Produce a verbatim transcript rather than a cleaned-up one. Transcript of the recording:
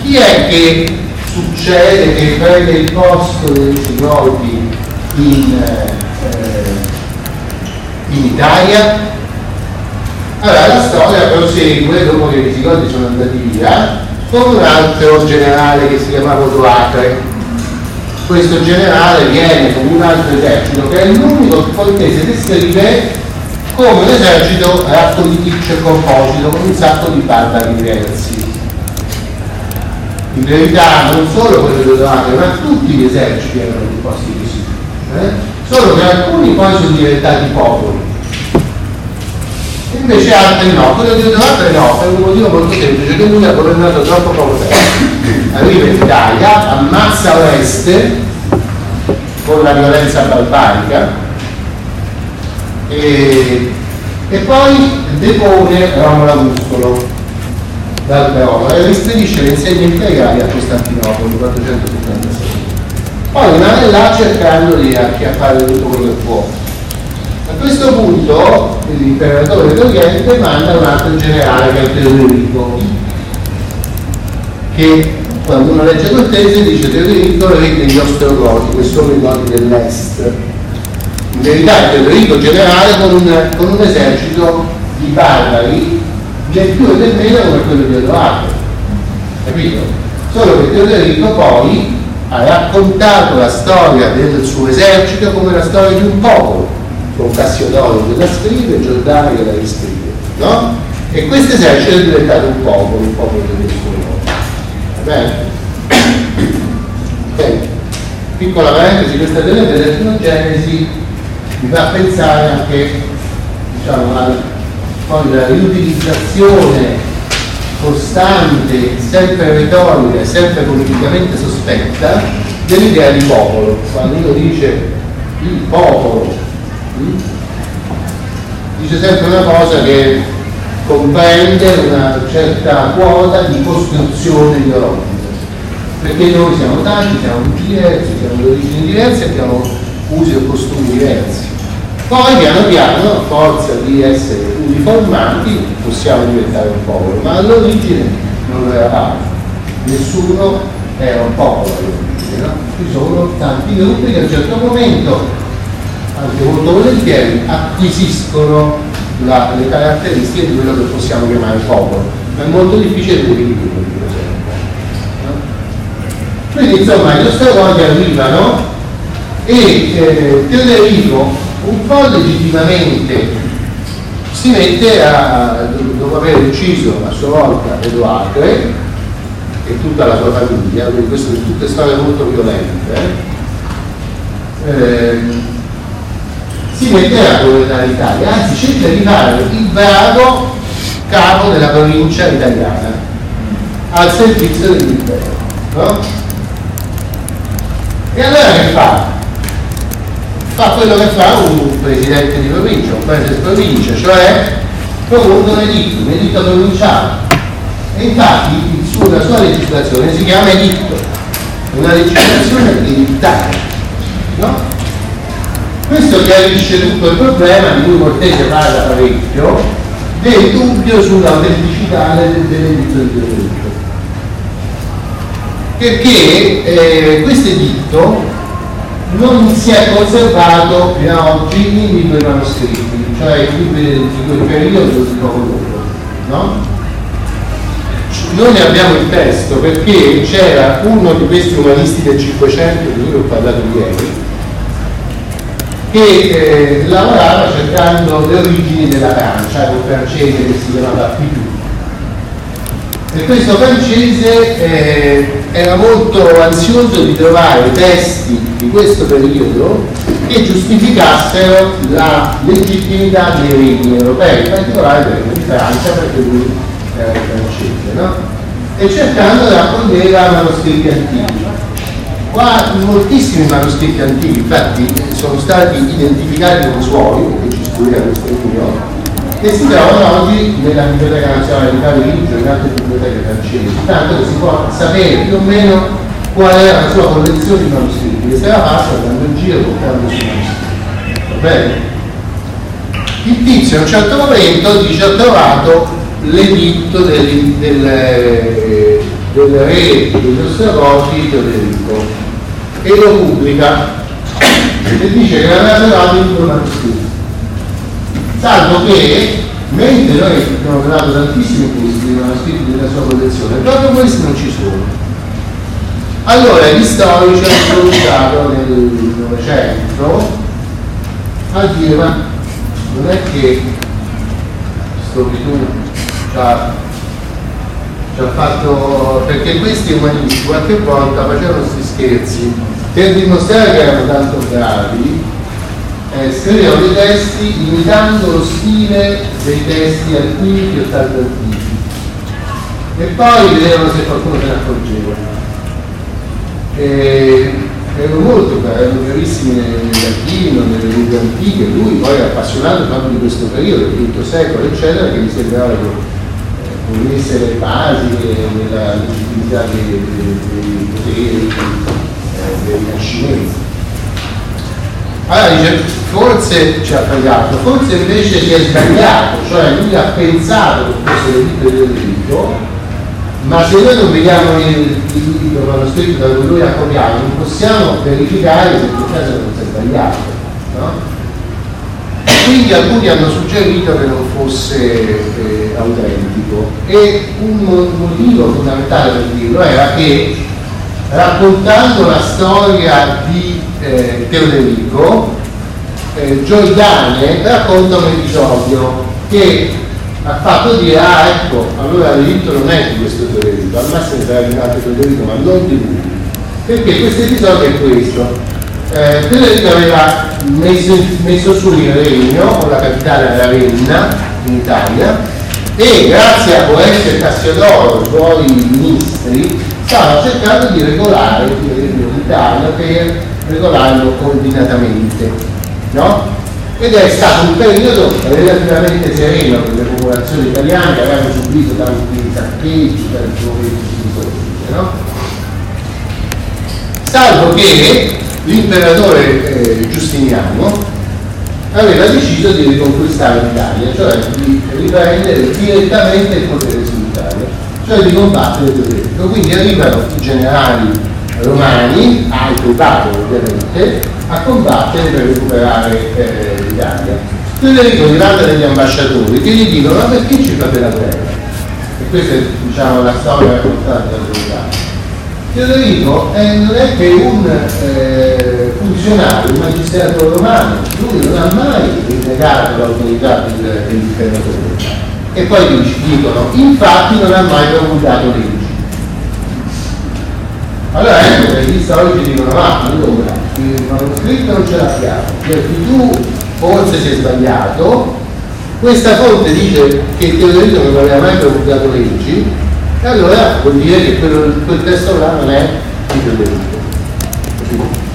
Chi è che succede che prende il posto dei visigoti in, eh, in Italia? Allora la storia prosegue dopo che i visigoti sono andati via con un altro generale che si chiamava Odoacre. Questo generale viene con un altro esercito che è l'unico che poi si descrive come un esercito raccogliticcio e composito con un sacco di barbari diversi. In verità non solo quello di Odoacre, ma tutti gli eserciti erano composti così, eh? Solo che alcuni poi sono diventati popoli, invece altri no. Quello di Odoacre no, per un motivo molto semplice, che lui ha governato troppo poco tempo. Arriva in Italia, ammazza Oreste con la violenza barbarica e, e poi depone Romolo Muscolo dal Peono e rispedisce le insegne imperiali a Costantinopoli nel quattrocentosettantasei. Poi rimane là cercando di acchiappare tutto quello che può. A questo punto l'imperatore d'Oriente manda un altro generale che è Teodorico, che quando uno legge Cortese dice Teodorico re degli Ostrogoti, che sono i goti dell'est. In verità è Teodorico generale con un, con un esercito di barbari del più e del meno come quello di Odoacre, capito? Solo che Teodorico poi ha raccontato la storia del suo esercito come la storia di un popolo, con Cassiodoro che la scrive e Giordano che la riscrive, no? E questo esercito è diventato un popolo, un popolo del suo nome. Va bene? Ok. Piccola parentesi, questa dell'etnogenesi mi fa pensare anche, diciamo, al poi la riutilizzazione costante, sempre retorica e sempre politicamente sospetta dell'idea di popolo. Quando uno dice il popolo, hm? dice sempre una cosa che comprende una certa quota di costruzione ideologica, perché noi siamo tanti, siamo tutti diversi, siamo di origini diverse, abbiamo usi e costumi diversi. Poi piano piano, a forza di essere uniformati, possiamo diventare un popolo, ma all'origine non lo eravamo. Nessuno era un popolo all'origine, no? Ci sono tanti gruppi che a un certo momento, anche molto volentieri, acquisiscono la, le caratteristiche di quello che possiamo chiamare popolo, ma è molto difficile definirlo, no? Quindi insomma gli Ostrogoti arrivano e eh, Teodorico un po' legittimamente si mette a, dopo aver ucciso a sua volta Odoacre e tutta la sua famiglia, quindi queste sono tutte storie molto violente, eh, si mette a governare l'Italia, anzi cerca di fare il bravo capo della provincia italiana al servizio dell'impero, no? E allora che fa? Fa quello che fa un presidente di provincia, un paese di provincia, cioè propone un editto, un editto provinciale. E infatti il suo, la sua legislazione si chiama editto, una legislazione edittale, no? Questo chiarisce tutto il problema di cui Cortese parla parecchio, del dubbio sull'autenticità dell'editto di Teodorico. Perché eh, questo editto non si è conservato fino ad oggi in libri manoscritti, cioè in libri di quel periodo di poco dopo, no? Noi ne abbiamo il testo perché c'era uno di questi umanisti del Cinquecento di cui ho parlato ieri che eh, lavorava cercando le origini della Francia, un francese che si chiamava Pipou. E questo francese eh, era molto ansioso di trovare testi di questo periodo che giustificassero la legittimità dei regni europei, in particolare del regno di Francia, perché lui era francese, no? E cercando raccogliere manoscritti antichi. Qua moltissimi manoscritti antichi, infatti, sono stati identificati con suoi, perché ci studia questo mio, che si trovano oggi nella Biblioteca Nazionale di Parigi e in altre biblioteche francesi, tanto che si può sapere più o meno qual era la sua collezione di manoscritti, che se la passa andando in giro portando sui manoscritti. Va bene? Il tizio a un certo momento dice: ho trovato l'editto del, del, delle reti degli osservati Teoderico e lo pubblica e dice che l'aveva trovato in due manoscritti, salvo che mentre noi abbiamo trovato tantissimi questi manoscritti della sua collezione, proprio questi non ci sono. Allora gli storici hanno cominciato nel Novecento a dire: ma non è che sto Pitù ci ha, ci ha fatto, perché questi umanisti qualche volta facevano questi scherzi per dimostrare che erano tanto bravi, eh, scrivevano dei testi imitando lo stile dei testi antichi o tanto antichi e poi vedevano se qualcuno se ne accorgeva. E erano molto bravi, erano bravissimi nel latino, nelle lingue antiche. Lui poi è appassionato proprio di questo periodo, del quinto secolo, eccetera, che mi sembrava che eh, unisse le basi nella legittimità dei, dei, dei poteri, eh, dei rinascimenti. Allora dice, forse ci ha fregato, forse invece si è sbagliato, cioè lui ha pensato che fosse le libere del rito, ma se noi non vediamo il, il libro manoscritto da cui lui ha copiato, non possiamo verificare se in caso non si è sbagliato, no? Quindi alcuni hanno suggerito che non fosse eh, autentico, e un motivo fondamentale per dirlo era che, raccontando la storia di eh, Teoderico, eh, Giordane racconta un episodio che ha fatto dire: ah, ecco, allora l'Egitto non è di questo Teoderico, al massimo sarà di un altro Teoderico, ma non di lui. Perché questo episodio è questo: eh, Teoderico aveva messo, messo su il regno, con la capitale a Ravenna, in Italia, e grazie a Boezio e Cassiodoro, i suoi ministri, stavano cercando di regolare il regno d'Italia per regolarlo ordinatamente, no? Ed è stato un periodo relativamente sereno per le popolazioni italiane che avevano subito tanti saccheggi, tanti momenti di no? Salvo che l'imperatore eh, Giustiniano aveva deciso di riconquistare l'Italia, cioè di riprendere direttamente il potere sull'Italia, cioè di combattere Teoderico. Quindi arrivano i generali romani, altri papi ovviamente, a combattere per recuperare eh, l'Italia. Teoderico gli manda degli ambasciatori che gli dicono: ma perché ci fate la guerra? E questa è, diciamo, la storia raccontata da Giordano. Teoderico eh, non è che un eh, funzionario, un magistrato romano, lui non ha mai rinnegato l'autorità del, dell'imperatore. E poi dicono: infatti non ha mai promulgato leggi. Allora ecco che gli storici dicono: ma allora il manoscritto non ce l'abbiamo, perché tu forse si è sbagliato, questa fonte dice che Teoderico non aveva mai promulgato leggi, e allora vuol dire che quello, quel testo là non è di Teoderico.